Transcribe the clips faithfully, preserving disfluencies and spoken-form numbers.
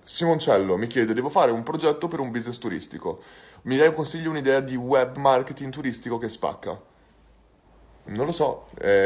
Simoncello mi chiede, devo fare un progetto per un business turistico. Mi dai un consiglio, un'idea di web marketing turistico che spacca? Non lo so,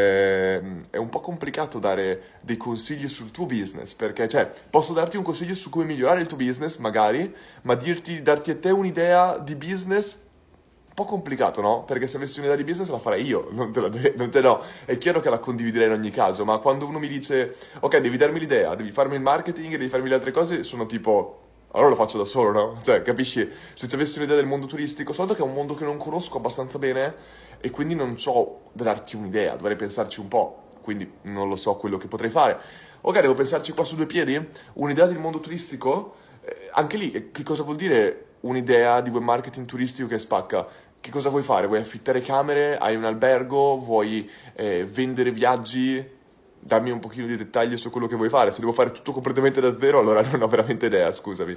è, è un po' complicato dare dei consigli sul tuo business, perché, cioè, posso darti un consiglio su come migliorare il tuo business, magari, ma dirti, darti a te un'idea di business, un po' complicato, no? Perché se avessi un'idea di business la farei io, non te la non te no. È chiaro che la condividerei in ogni caso, ma quando uno mi dice, ok, devi darmi l'idea, devi farmi il marketing, devi farmi le altre cose, sono tipo, allora lo faccio da solo, no? Cioè, capisci? Se ci avessi un'idea del mondo turistico, soltanto che è un mondo che non conosco abbastanza bene e quindi non so da darti un'idea, dovrei pensarci un po', quindi non lo so quello che potrei fare. Ok, devo pensarci qua su due piedi? Un'idea del mondo turistico? Eh, anche lì, eh, che cosa vuol dire un'idea di web marketing turistico che spacca? Che cosa vuoi fare? Vuoi affittare camere? Hai un albergo? Vuoi eh, vendere viaggi? Dammi un pochino di dettagli su quello che vuoi fare. Se devo fare tutto completamente da zero, allora non ho veramente idea, scusami.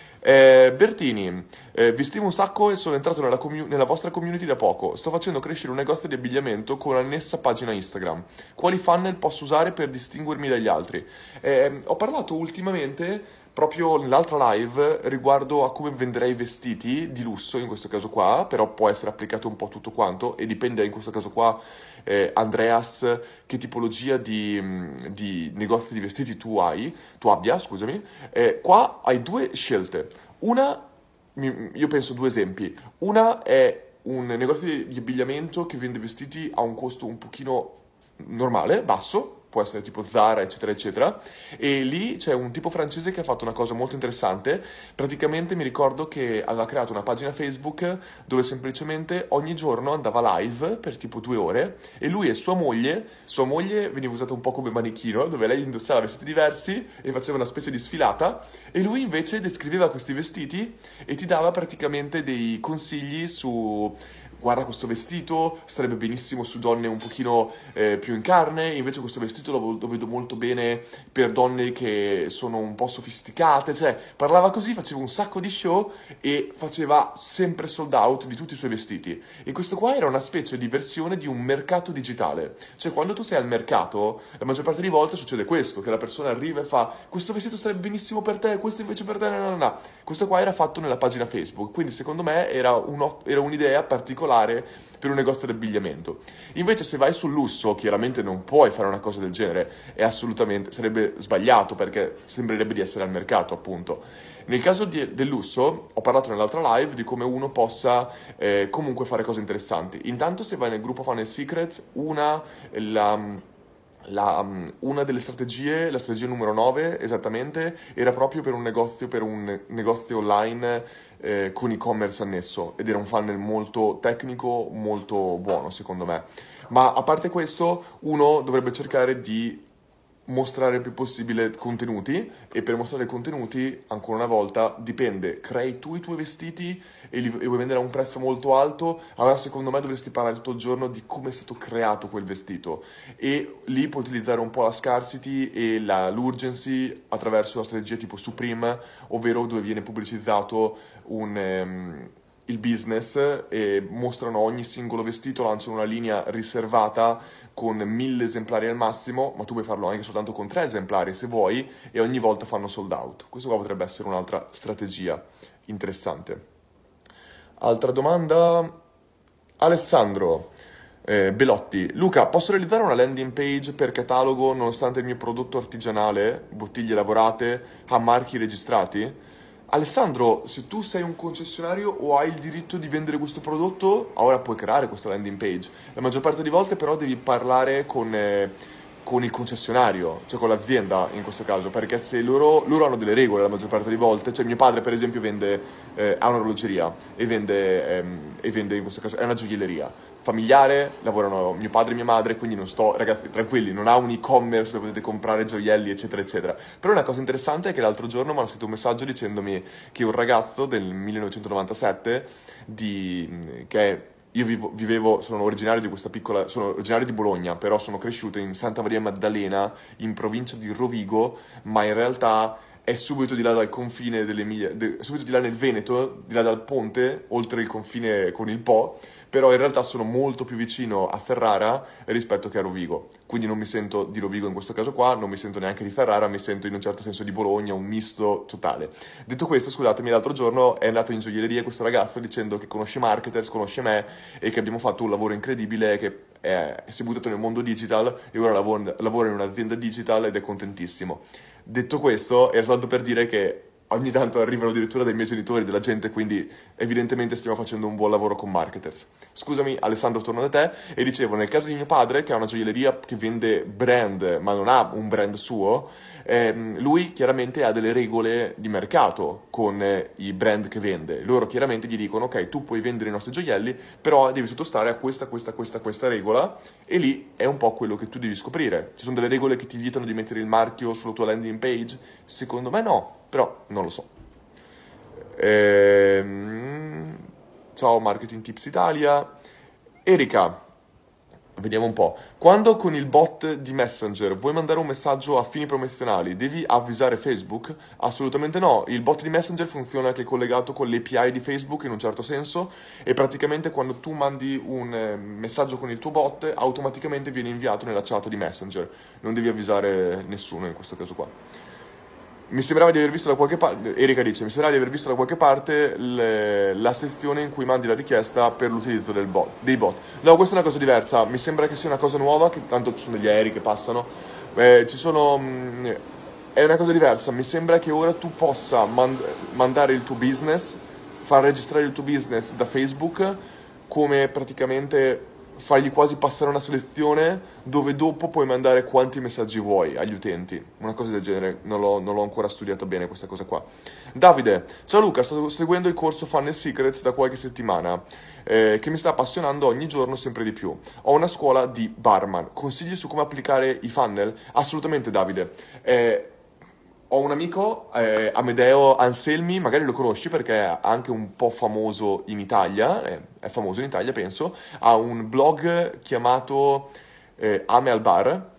Eh, Bertini, eh, vi stimo un sacco e sono entrato nella, commu- nella vostra community da poco. Sto facendo crescere un negozio di abbigliamento con un'annessa pagina Instagram. Quali funnel posso usare per distinguermi dagli altri? Eh, ho parlato ultimamente, proprio nell'altra live, riguardo a come venderei vestiti di lusso, in questo caso qua, però può essere applicato un po' tutto quanto e dipende in questo caso qua, eh, Andreas, che tipologia di, mh, di negozi di vestiti tu hai, tu abbia, scusami. Eh, qua hai due scelte. Una, mi- io penso due esempi. Una è un negozio di di abbigliamento che vende vestiti a un costo un pochino normale, basso, può essere tipo Zara, eccetera, eccetera. E lì c'è un tipo francese che ha fatto una cosa molto interessante. Praticamente mi ricordo che aveva creato una pagina Facebook dove semplicemente ogni giorno andava live per tipo due ore e lui e sua moglie, sua moglie veniva usata un po' come manichino, dove lei indossava vestiti diversi e faceva una specie di sfilata e lui invece descriveva questi vestiti e ti dava praticamente dei consigli su guarda questo vestito, starebbe benissimo su donne un pochino eh, più in carne, invece questo vestito lo, lo vedo molto bene per donne che sono un po' sofisticate, cioè parlava così, faceva un sacco di show e faceva sempre sold out di tutti i suoi vestiti. E questo qua era una specie di versione di un mercato digitale, cioè quando tu sei al mercato, la maggior parte delle volte succede questo, che la persona arriva e fa questo vestito sarebbe benissimo per te, questo invece per te, no, no, no. no. Questo qua era fatto nella pagina Facebook, quindi secondo me era, un, era un'idea particolare per un negozio di abbigliamento. Invece se vai sul lusso, chiaramente non puoi fare una cosa del genere, è assolutamente, sarebbe sbagliato perché sembrerebbe di essere al mercato, appunto. Nel caso di- del lusso, ho parlato nell'altra live di come uno possa eh, comunque fare cose interessanti. Intanto se vai nel gruppo Funnel Secret, una, la... La, um, una delle strategie, la strategia numero nove esattamente, era proprio per un negozio, per un negozio online eh, con e-commerce annesso ed era un funnel molto tecnico, molto buono secondo me. Ma a parte questo, uno dovrebbe cercare di mostrare il più possibile contenuti e per mostrare contenuti, ancora una volta, dipende, crei tu i tuoi vestiti e li e vuoi vendere a un prezzo molto alto, allora secondo me dovresti parlare tutto il giorno di come è stato creato quel vestito e lì puoi utilizzare un po' la scarcity e la, l'urgency attraverso la strategia tipo Supreme, ovvero dove viene pubblicizzato un, ehm, il business e mostrano ogni singolo vestito, lanciano una linea riservata con mille esemplari al massimo, ma tu puoi farlo anche soltanto con tre esemplari se vuoi e ogni volta fanno sold out. Questo qua potrebbe essere un'altra strategia interessante. Altra domanda. Alessandro eh, Belotti. Luca, posso realizzare una landing page per catalogo nonostante il mio prodotto artigianale, bottiglie lavorate, ha marchi registrati? Alessandro, se tu sei un concessionario o hai il diritto di vendere questo prodotto, ora puoi creare questa landing page. La maggior parte delle volte però devi parlare con, eh, con il concessionario, cioè con l'azienda in questo caso, perché se loro, loro hanno delle regole la maggior parte delle volte, cioè mio padre per esempio vende, eh, ha un'orologeria e vende, ehm, e vende in questo caso, è una gioielleria familiare, lavorano mio padre e mia madre, quindi non sto, ragazzi, tranquilli, non ha un e-commerce dove potete comprare gioielli, eccetera, eccetera. Però una cosa interessante è che l'altro giorno mi hanno scritto un messaggio dicendomi che un ragazzo del millenovecentonovantasette, di, che è- io vivo- vivevo, sono originario di questa piccola, sono originario di Bologna, però sono cresciuto in Santa Maria Maddalena, in provincia di Rovigo, ma in realtà è subito di là dal confine dell'Emilia, de- subito di là nel Veneto, di là dal ponte, oltre il confine con il Po, però in realtà sono molto più vicino a Ferrara rispetto che a Rovigo. Quindi non mi sento di Rovigo in questo caso qua, non mi sento neanche di Ferrara, mi sento in un certo senso di Bologna, un misto totale. Detto questo, scusatemi, l'altro giorno è andato in gioielleria questo ragazzo dicendo che conosce marketers, conosce me e che abbiamo fatto un lavoro incredibile, che è, si è buttato nel mondo digital e ora lavora, lavora in un'azienda digital ed è contentissimo. Detto questo, era soltanto per dire che ogni tanto arrivano addirittura dai miei genitori, della gente, quindi evidentemente stiamo facendo un buon lavoro con marketers. Scusami Alessandro, torno da te e dicevo, nel caso di mio padre, che ha una gioielleria che vende brand, ma non ha un brand suo, ehm, lui chiaramente ha delle regole di mercato con eh, i brand che vende. Loro chiaramente gli dicono, ok, tu puoi vendere i nostri gioielli, però devi sottostare a questa, questa, questa, questa regola, e lì è un po' quello che tu devi scoprire. Ci sono delle regole che ti vietano di mettere il marchio sulla tua landing page? Secondo me no, però non lo so. Ehm, Ciao Marketing Tips Italia. Erika, vediamo un po'. Quando con il bot di Messenger vuoi mandare un messaggio a fini promozionali, devi avvisare Facebook? Assolutamente no. Il bot di Messenger funziona che è collegato con l'A P I di Facebook in un certo senso e praticamente quando tu mandi un eh, messaggio con il tuo bot, automaticamente viene inviato nella chat di Messenger. Non devi avvisare nessuno in questo caso qua. Mi sembrava di aver visto da qualche parte, Erika dice, mi sembrava di aver visto da qualche parte le- la sezione in cui mandi la richiesta per l'utilizzo del bot, dei bot. No, questa è una cosa diversa, mi sembra che sia una cosa nuova, che tanto ci sono degli aerei che passano, eh, ci sono, mh, è una cosa diversa, mi sembra che ora tu possa man- mandare il tuo business, far registrare il tuo business da Facebook, come praticamente fargli quasi passare una selezione dove dopo puoi mandare quanti messaggi vuoi agli utenti. Una cosa del genere, non l'ho, non l'ho ancora studiata bene questa cosa qua. Davide, ciao Luca, sto seguendo il corso Funnel Secrets da qualche settimana, eh, che mi sta appassionando ogni giorno sempre di più. Ho una scuola di barman. Consigli su come applicare i funnel? Assolutamente Davide. Eh, Ho un amico, eh, Amedeo Anselmi, magari lo conosci perché è anche un po' famoso in Italia, eh, è famoso in Italia penso, ha un blog chiamato eh, Ame al Bar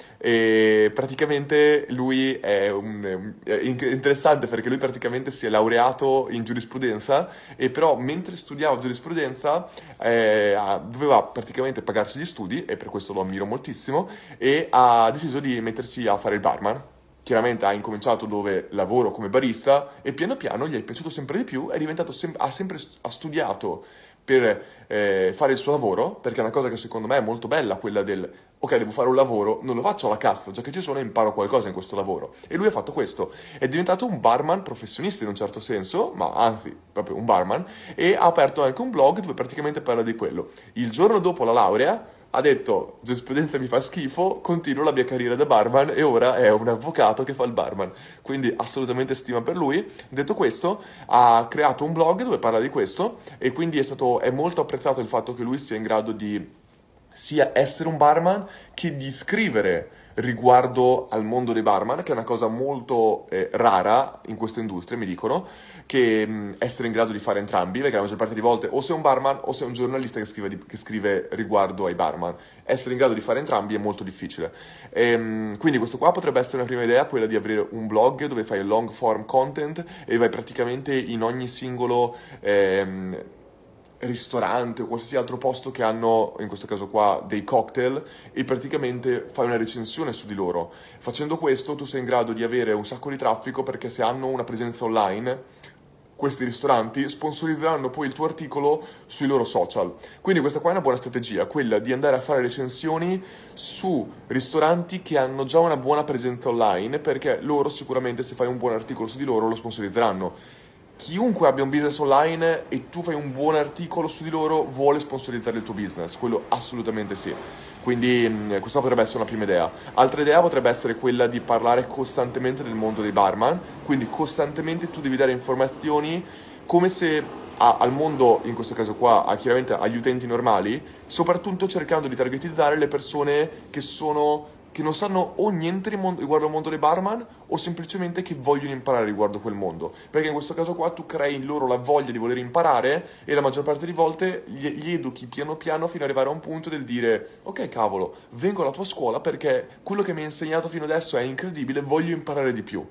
e praticamente lui è, un, è in- interessante perché lui praticamente si è laureato in giurisprudenza e però mentre studiava giurisprudenza eh, ha- doveva praticamente pagarsi gli studi e per questo lo ammiro moltissimo e ha deciso di mettersi a fare il barman. Chiaramente ha incominciato dove lavoro come barista e piano piano gli è piaciuto sempre di più, è diventato sem- ha sempre st- ha studiato per eh, fare il suo lavoro, perché è una cosa che secondo me è molto bella, quella del ok, devo fare un lavoro, non lo faccio alla cazzo, già che ci sono e imparo qualcosa in questo lavoro. E lui ha fatto questo, è diventato un barman professionista in un certo senso, ma anzi, proprio un barman, e ha aperto anche un blog dove praticamente parla di quello. Il giorno dopo la laurea ha detto giurisprudenza mi fa schifo, continuo la mia carriera da barman e ora è un avvocato che fa il barman. Quindi assolutamente stima per lui. Detto questo, ha creato un blog dove parla di questo e quindi è stato, è molto apprezzato il fatto che lui sia in grado di sia essere un barman che di scrivere riguardo al mondo dei barman, che è una cosa molto eh, rara in questa industria, mi dicono, che mh, essere in grado di fare entrambi, perché la maggior parte delle volte o sei un barman o sei un giornalista che scrive, di- che scrive riguardo ai barman. Essere in grado di fare entrambi è molto difficile. Ehm, quindi questo qua potrebbe essere una prima idea, quella di aprire un blog dove fai long form content e vai praticamente in ogni singolo ehm, ristorante o qualsiasi altro posto che hanno, in questo caso qua, dei cocktail e praticamente fai una recensione su di loro. Facendo questo tu sei in grado di avere un sacco di traffico perché se hanno una presenza online, questi ristoranti sponsorizzeranno poi il tuo articolo sui loro social. Quindi questa qua è una buona strategia, quella di andare a fare recensioni su ristoranti che hanno già una buona presenza online perché loro sicuramente se fai un buon articolo su di loro lo sponsorizzeranno. Chiunque abbia un business online e tu fai un buon articolo su di loro vuole sponsorizzare il tuo business, quello assolutamente sì. Quindi mh, questa potrebbe essere una prima idea. Altra idea potrebbe essere quella di parlare costantemente del mondo dei barman, quindi costantemente tu devi dare informazioni come se a- al mondo, in questo caso qua, a, chiaramente agli utenti normali, soprattutto cercando di targetizzare le persone che sono che non sanno o niente riguardo al mondo dei barman o semplicemente che vogliono imparare riguardo quel mondo. Perché in questo caso qua tu crei in loro la voglia di voler imparare e la maggior parte delle volte li, li educhi piano piano fino ad arrivare a un punto del dire ok cavolo, vengo alla tua scuola perché quello che mi hai insegnato fino adesso è incredibile, voglio imparare di più.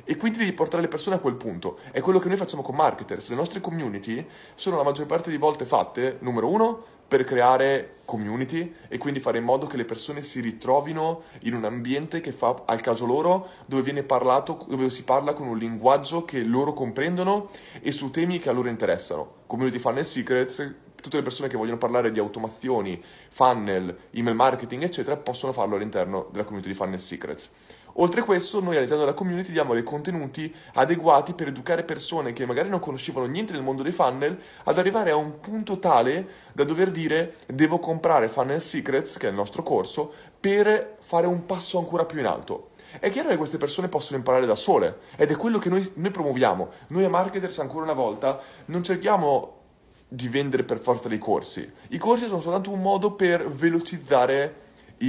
E quindi devi portare le persone a quel punto. È quello che noi facciamo con marketers. Le nostre community sono la maggior parte di volte fatte, numero uno, per creare community e quindi fare in modo che le persone si ritrovino in un ambiente che fa al caso loro, dove viene parlato, dove si parla con un linguaggio che loro comprendono e su temi che a loro interessano. Community Funnel Secrets, tutte le persone che vogliono parlare di automazioni, funnel, email marketing, eccetera, possono farlo all'interno della community di Funnel Secrets. Oltre a questo, noi all'interno della community diamo dei contenuti adeguati per educare persone che magari non conoscevano niente nel mondo dei funnel ad arrivare a un punto tale da dover dire devo comprare Funnel Secrets, che è il nostro corso, per fare un passo ancora più in alto. È chiaro che queste persone possono imparare da sole ed è quello che noi, noi promuoviamo. Noi a marketers, ancora una volta, non cerchiamo di vendere per forza dei corsi. I corsi sono soltanto un modo per velocizzare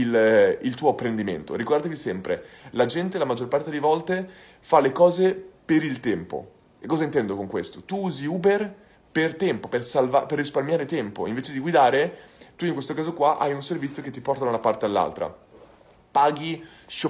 il, il tuo apprendimento. Ricordatevi sempre, la gente la maggior parte delle volte fa le cose per il tempo. E cosa intendo con questo? Tu usi Uber per tempo, per, salva- per risparmiare tempo. Invece di guidare, tu in questo caso qua hai un servizio che ti porta da una parte all'altra. Paghi,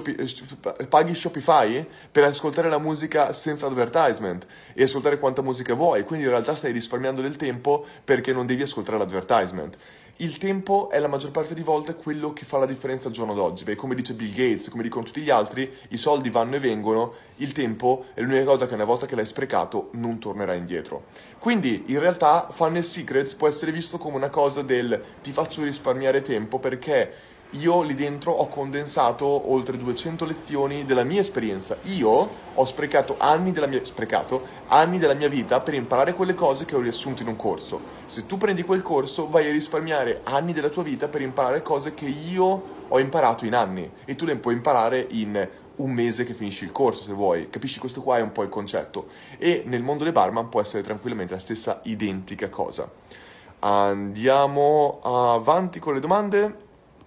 Shopi- paghi Shopify per ascoltare la musica senza advertisement e ascoltare quanta musica vuoi, quindi in realtà stai risparmiando del tempo perché non devi ascoltare l'advertisement. Il tempo è la maggior parte di volte quello che fa la differenza al giorno d'oggi. Beh, come dice Bill Gates, come dicono tutti gli altri, i soldi vanno e vengono, il tempo è l'unica cosa che una volta che l'hai sprecato non tornerà indietro. Quindi in realtà Funnel Secrets può essere visto come una cosa del ti faccio risparmiare tempo perché io lì dentro ho condensato oltre duecento lezioni della mia esperienza. Io ho sprecato anni della mia, sprecato anni della mia vita per imparare quelle cose che ho riassunto in un corso. Se tu prendi quel corso, vai a risparmiare anni della tua vita per imparare cose che io ho imparato in anni. E tu le puoi imparare in un mese che finisci il corso, se vuoi. Capisci? Questo qua è un po' il concetto. E nel mondo dei barman può essere tranquillamente la stessa identica cosa. Andiamo avanti con le domande.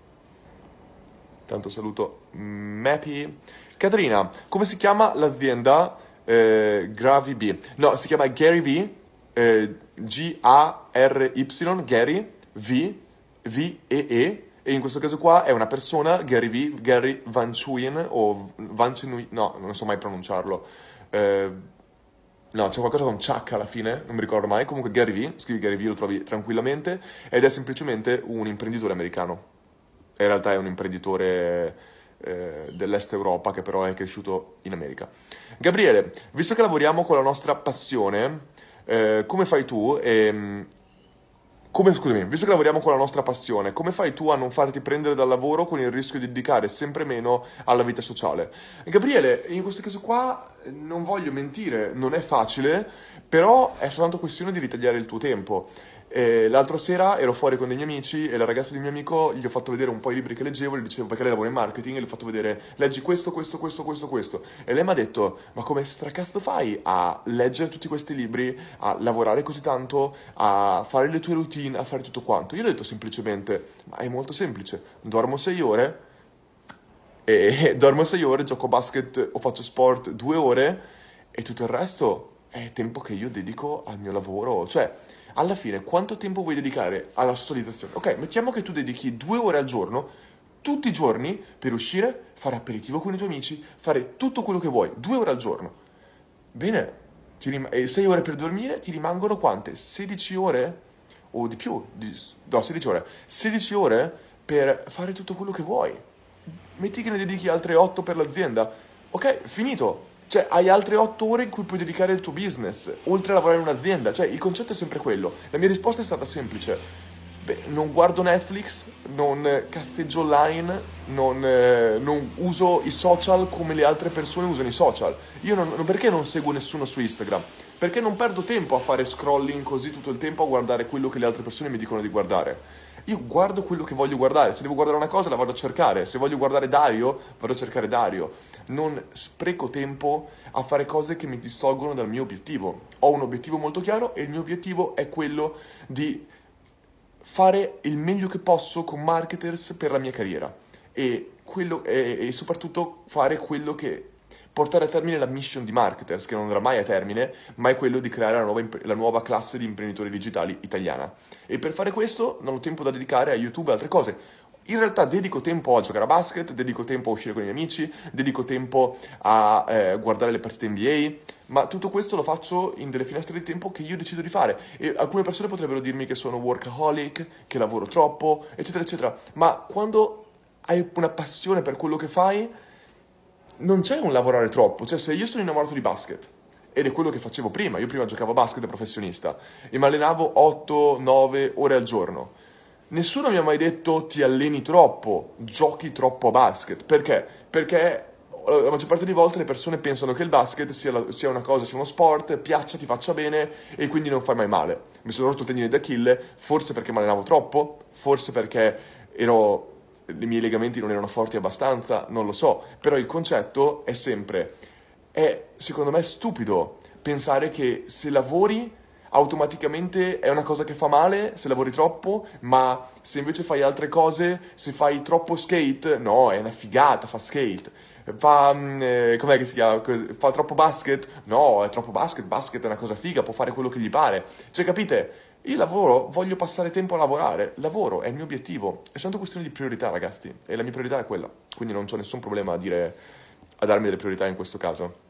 Tanto saluto Mappy. Caterina, come si chiama l'azienda eh, Gravy B? No, si chiama Gary V, eh, G A R Y, Gary V, V E E, e in questo caso qua è una persona, Gary V, Gary Vanchuyen o Vanchuyen, no, non so mai pronunciarlo. Eh, no, c'è qualcosa con Chuck alla fine, non mi ricordo mai. Comunque Gary V, scrivi Gary V, lo trovi tranquillamente, ed è semplicemente un imprenditore americano. In realtà è un imprenditore eh, dell'Est Europa che però è cresciuto in America. Gabriele, visto che lavoriamo con la nostra passione, eh, come fai tu? E, come, scusami, visto che lavoriamo con la nostra passione, come fai tu a non farti prendere dal lavoro con il rischio di dedicare sempre meno alla vita sociale? Gabriele, in questo caso qua non voglio mentire, non è facile, però è soltanto questione di ritagliare il tuo tempo. E l'altra sera ero fuori con dei miei amici e la ragazza di mio amico gli ho fatto vedere un po' i libri che leggevo, gli dicevo perché lei lavora in marketing e gli ho fatto vedere leggi questo, questo, questo, questo, questo e lei mi ha detto ma come stracazzo fai a leggere tutti questi libri, a lavorare così tanto, a fare le tue routine, a fare tutto quanto? Io le ho detto semplicemente ma è molto semplice, dormo sei ore e dormo sei ore, gioco a basket o faccio sport due ore e tutto il resto è tempo che io dedico al mio lavoro, cioè alla fine, quanto tempo vuoi dedicare alla socializzazione? Ok, mettiamo che tu dedichi due ore al giorno, tutti i giorni, per uscire, fare aperitivo con i tuoi amici, fare tutto quello che vuoi, due ore al giorno. Bene, ti rim- e sei ore per dormire, ti rimangono quante? sedici ore? O di più? Di- no, sedici ore. sedici ore per fare tutto quello che vuoi. Metti che ne dedichi altre otto per l'azienda. Ok, finito. Cioè, hai altre otto ore in cui puoi dedicare il tuo business, oltre a lavorare in un'azienda. Cioè, il concetto è sempre quello. La mia risposta è stata semplice. Beh, non guardo Netflix, non cazzeggio online, non, eh, non uso i social come le altre persone usano i social. Io non, non- perché non seguo nessuno su Instagram? Perché non perdo tempo a fare scrolling così tutto il tempo a guardare quello che le altre persone mi dicono di guardare. Io guardo quello che voglio guardare, se devo guardare una cosa la vado a cercare, se voglio guardare Dario vado a cercare Dario. Non spreco tempo a fare cose che mi distolgono dal mio obiettivo. Ho un obiettivo molto chiaro e il mio obiettivo è quello di fare il meglio che posso con marketers per la mia carriera e, quello, e, e soprattutto fare quello che portare a termine la mission di marketers, che non andrà mai a termine, ma è quello di creare la nuova, imp- la nuova classe di imprenditori digitali italiana. E per fare questo non ho tempo da dedicare a YouTube e altre cose. In realtà dedico tempo a giocare a basket, dedico tempo a uscire con i miei amici, dedico tempo a eh, guardare le partite N B A, ma tutto questo lo faccio in delle finestre di tempo che io decido di fare. E alcune persone potrebbero dirmi che sono workaholic, che lavoro troppo, eccetera, eccetera. Ma quando hai una passione per quello che fai, non c'è un lavorare troppo. Cioè, se io sono innamorato di basket, ed è quello che facevo prima, io prima giocavo a basket da professionista e mi allenavo otto nove ore al giorno. Nessuno mi ha mai detto ti alleni troppo, giochi troppo a basket. Perché? Perché la maggior parte delle volte le persone pensano che il basket sia, la- sia una cosa, sia uno sport, piaccia, ti faccia bene e quindi non fai mai male. Mi sono rotto il tendine d'Achille, forse perché mi allenavo troppo, forse perché ero, i miei legamenti non erano forti abbastanza, non lo so. Però il concetto è sempre, è secondo me stupido pensare che se lavori automaticamente è una cosa che fa male se lavori troppo, ma se invece fai altre cose, se fai troppo skate, no, è una figata, fa skate. Fa, mm, eh, com'è che si chiama? Fa troppo basket? No, è troppo basket, basket è una cosa figa, può fare quello che gli pare. Cioè, capite? Io lavoro, voglio passare tempo a lavorare, lavoro, è il mio obiettivo. È soltanto questione di priorità, ragazzi, e la mia priorità è quella. Quindi non c'ho nessun problema a dire, a darmi delle priorità in questo caso.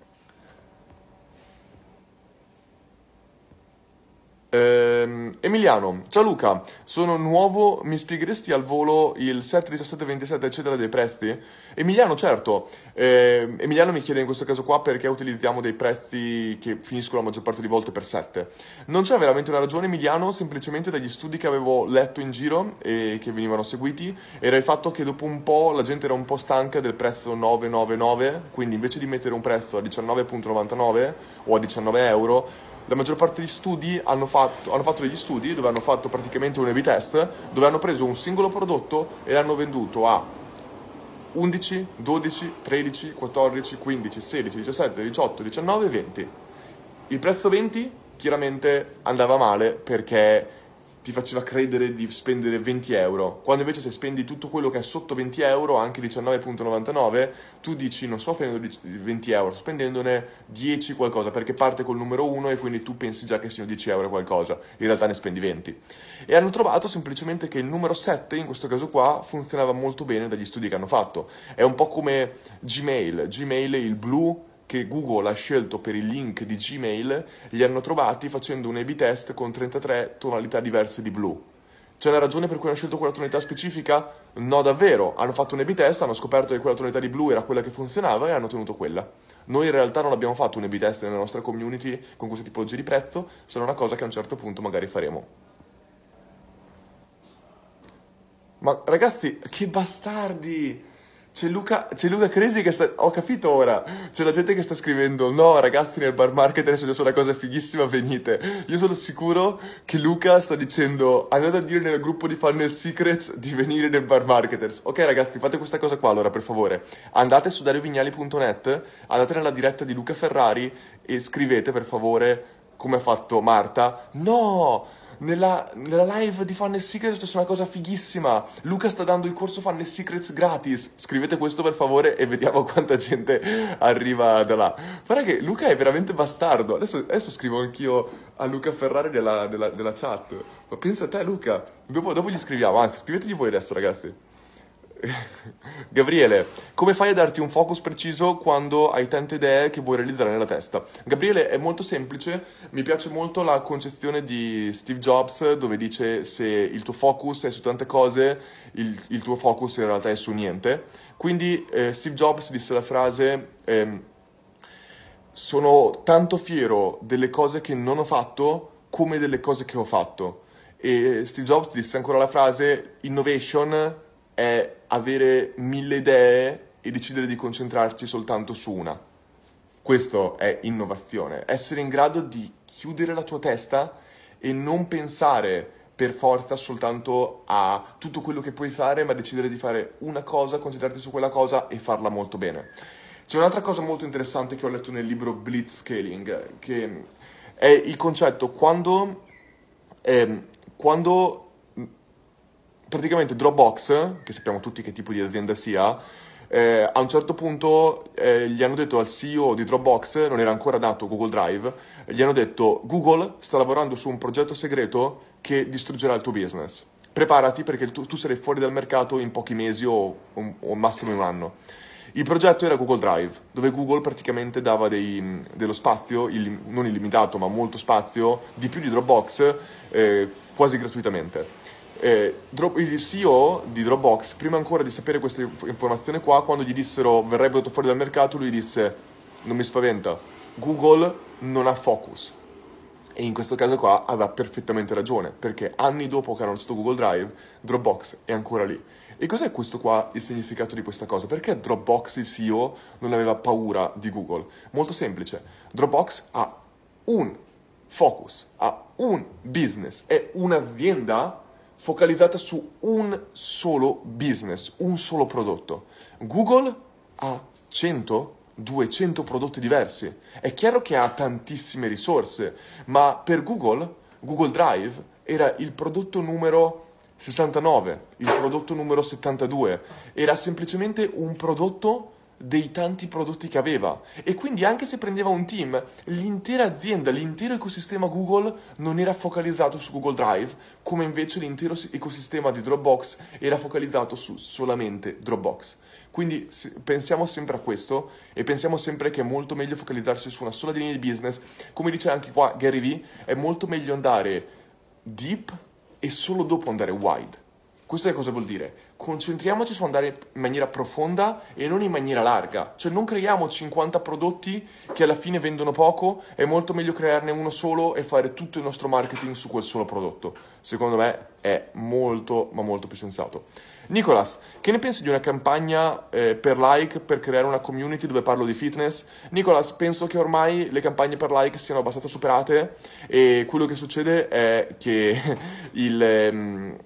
Ehm, Emiliano, ciao Luca, sono nuovo, mi spiegheresti al volo il sette, diciassette, ventisette eccetera dei prezzi? Emiliano, certo. Ehm, Emiliano mi chiede in questo caso qua perché utilizziamo dei prezzi che finiscono la maggior parte di volte per sette. Non c'è veramente una ragione, Emiliano, semplicemente dagli studi che avevo letto in giro e che venivano seguiti, era il fatto che dopo un po' la gente era un po' stanca del prezzo novecentonovantanove, quindi invece di mettere un prezzo a diciannove virgola novantanove o a diciannove euro, la maggior parte degli studi hanno fatto, hanno fatto degli studi dove hanno fatto praticamente un A B test, dove hanno preso un singolo prodotto e l'hanno venduto a undici, dodici, tredici, quattordici, quindici, sedici, diciassette, diciotto, diciannove, venti. Il prezzo venti chiaramente andava male perché ti faceva credere di spendere venti euro, quando invece se spendi tutto quello che è sotto venti euro, anche diciannove virgola novantanove, tu dici non sto spendendo venti euro, sto spendendone dieci qualcosa, perché parte col numero uno e quindi tu pensi già che siano dieci euro qualcosa, in realtà ne spendi venti. E hanno trovato semplicemente che il numero sette, in questo caso qua, funzionava molto bene dagli studi che hanno fatto. È un po' come Gmail, Gmail il blu che Google ha scelto per il link di Gmail, li hanno trovati facendo un A B test con trentatré tonalità diverse di blu. C'è una ragione per cui hanno scelto quella tonalità specifica? No, davvero. Hanno fatto un A B test, hanno scoperto che quella tonalità di blu era quella che funzionava e hanno tenuto quella. Noi in realtà non abbiamo fatto un A B test nella nostra community con questa tipologia di prezzo, sarà una cosa che a un certo punto magari faremo. Ma ragazzi, che bastardi! C'è Luca, c'è Luca Cresi che sta... Ho capito ora. C'è la gente che sta scrivendo: no, ragazzi, nel bar market è successa una cosa fighissima, venite. Io sono sicuro che Luca sta dicendo: andate a dire nel gruppo di Funnel Secrets di venire nel bar marketers. Ok, ragazzi, fate questa cosa qua allora, per favore. Andate su dariovignali punto net, andate nella diretta di Luca Ferrari e scrivete, per favore, come ha fatto Marta. No! Nella, nella live di Funnel Secrets è successa una cosa fighissima. Luca sta dando il corso Funnel Secrets gratis. Scrivete questo per favore e vediamo quanta gente arriva da là. Guarda che Luca è veramente bastardo. Adesso, adesso scrivo anch'io a Luca Ferrari nella, nella- nella chat. Ma pensa a te, Luca. Dopo, dopo gli scriviamo. Anzi, scrivetegli voi adesso, ragazzi. Gabriele, come fai a darti un focus preciso quando hai tante idee che vuoi realizzare nella testa? Gabriele, è molto semplice, mi piace molto la concezione di Steve Jobs dove dice se il tuo focus è su tante cose, il, il tuo focus in realtà è su niente. Quindi eh, Steve Jobs disse la frase, ehm, sono tanto fiero delle cose che non ho fatto come delle cose che ho fatto. E Steve Jobs disse ancora la frase, innovation è avere mille idee e decidere di concentrarci soltanto su una. Questo è innovazione, essere in grado di chiudere la tua testa e non pensare per forza soltanto a tutto quello che puoi fare, ma decidere di fare una cosa, concentrarti su quella cosa e farla molto bene. C'è un'altra cosa molto interessante che ho letto nel libro Blitzscaling, che è il concetto quando, ehm, quando praticamente Dropbox, che sappiamo tutti che tipo di azienda sia, eh, a un certo punto eh, gli hanno detto al C E O di Dropbox, non era ancora nato Google Drive, gli hanno detto Google sta lavorando su un progetto segreto che distruggerà il tuo business. preparati perché tu, tu sarai fuori dal mercato in pochi mesi o, o, o massimo in un anno. Il progetto era Google Drive, dove Google praticamente dava dei, dello spazio, illim- non illimitato, ma molto spazio, di più di Dropbox, eh, quasi gratuitamente. Eh, Dro- il C E O di Dropbox, prima ancora di sapere questa inf- informazione qua, quando gli dissero verrebbe dato fuori dal mercato, lui disse: non mi spaventa, Google non ha focus. E in questo caso qua aveva perfettamente ragione, perché anni dopo che hanno lanciato Google Drive, Dropbox è ancora lì. E cos'è questo qua, il significato di questa cosa? Perché Dropbox, il C E O, non aveva paura di Google? Molto semplice. Dropbox ha un focus, ha un business, è un'azienda focalizzata su un solo business, un solo prodotto. Google ha cento, duecento prodotti diversi. È chiaro che ha tantissime risorse, ma per Google, Google Drive era il prodotto numero sessantanove, il prodotto numero settantadue, era semplicemente un prodotto dei tanti prodotti che aveva, e quindi anche se prendeva un team, l'intera azienda, l'intero ecosistema Google non era focalizzato su Google Drive, come invece l'intero ecosistema di Dropbox era focalizzato su solamente Dropbox. Quindi pensiamo sempre a questo e pensiamo sempre che è molto meglio focalizzarsi su una sola linea di business. Come dice anche qua Gary Vee, è molto meglio andare deep e solo dopo andare wide. Questo che cosa vuol dire? Concentriamoci su andare in maniera profonda e non in maniera larga. Cioè non creiamo cinquanta prodotti che alla fine vendono poco, è molto meglio crearne uno solo e fare tutto il nostro marketing su quel solo prodotto. Secondo me è molto, ma molto più sensato. Nicolas, che ne pensi di una campagna eh, per like per creare una community dove parlo di fitness? Nicolas, penso che ormai le campagne per like siano abbastanza superate e quello che succede è che il... ehm,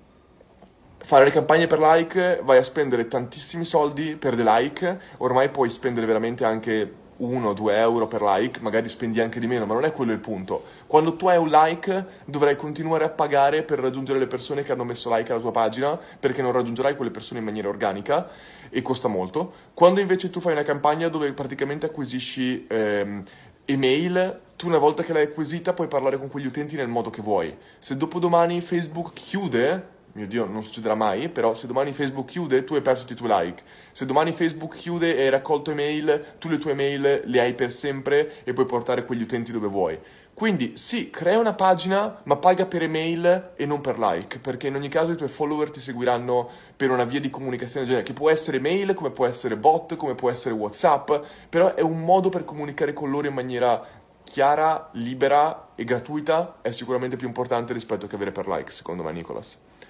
fare le campagne per like, vai a spendere tantissimi soldi per dei like, ormai puoi spendere veramente anche uno due euro per like, magari spendi anche di meno, ma non è quello il punto. Quando tu hai un like dovrai continuare a pagare per raggiungere le persone che hanno messo like alla tua pagina, perché non raggiungerai quelle persone in maniera organica e costa molto. Quando invece tu fai una campagna dove praticamente acquisisci ehm, email, tu una volta che l'hai acquisita puoi parlare con quegli utenti nel modo che vuoi. Se dopodomani Facebook chiude, mio Dio, non succederà mai, però se domani Facebook chiude, tu hai perso tutti i tuoi like. Se domani Facebook chiude e hai raccolto email, tu le tue email le hai per sempre e puoi portare quegli utenti dove vuoi. Quindi sì, crea una pagina, ma paga per email e non per like, perché in ogni caso i tuoi follower ti seguiranno per una via di comunicazione genere, che può essere mail, come può essere bot, come può essere WhatsApp, però è un modo per comunicare con loro in maniera chiara, libera e gratuita, è sicuramente più importante rispetto che avere per like, secondo me, Nicolas.